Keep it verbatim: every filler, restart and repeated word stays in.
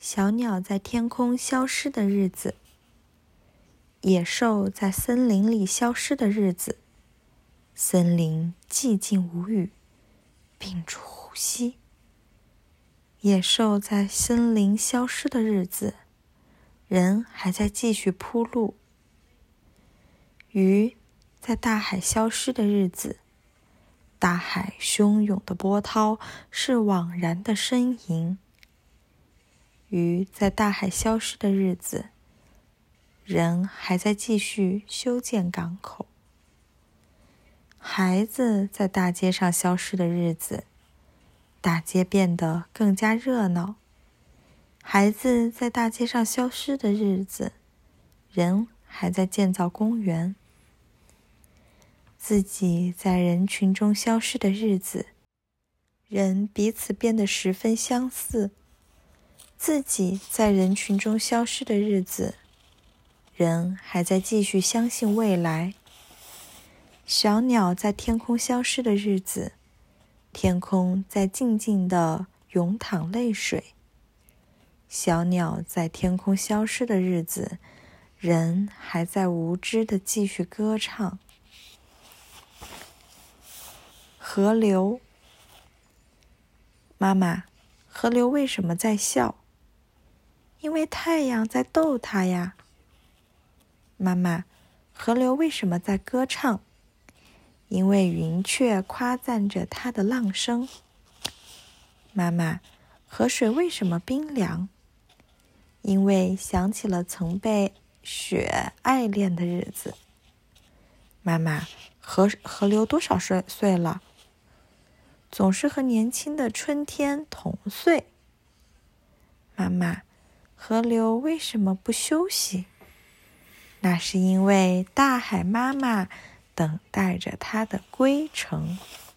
小鸟在天空消失的日子，野兽在森林里消失的日子，森林寂静无语，屏住呼吸。野兽在森林消失的日子，人还在继续铺路。鱼在大海消失的日子，大海汹涌的波涛是惘然的呻吟。鱼在大海消失的日子，人还在继续修建港口。孩子在大街上消失的日子，大街变得更加热闹。孩子在大街上消失的日子，人还在建造公园。自己在人群中消失的日子，人彼此变得十分相似。自己在人群中消失的日子，人还在继续相信未来。小鸟在天空消失的日子，天空在静静地涌淌泪水。小鸟在天空消失的日子，人还在无知地继续歌唱。河流，妈妈，河流为什么在笑？因为太阳在逗它呀。妈妈，河流为什么在歌唱？因为云雀夸赞着它的浪声。妈妈，河水为什么冰凉？因为想起了曾被雪爱恋的日子。妈妈，河河流多少岁岁了？总是和年轻的春天同岁。妈妈，河流为什么不休息？那是因为大海妈妈等待着它的归程。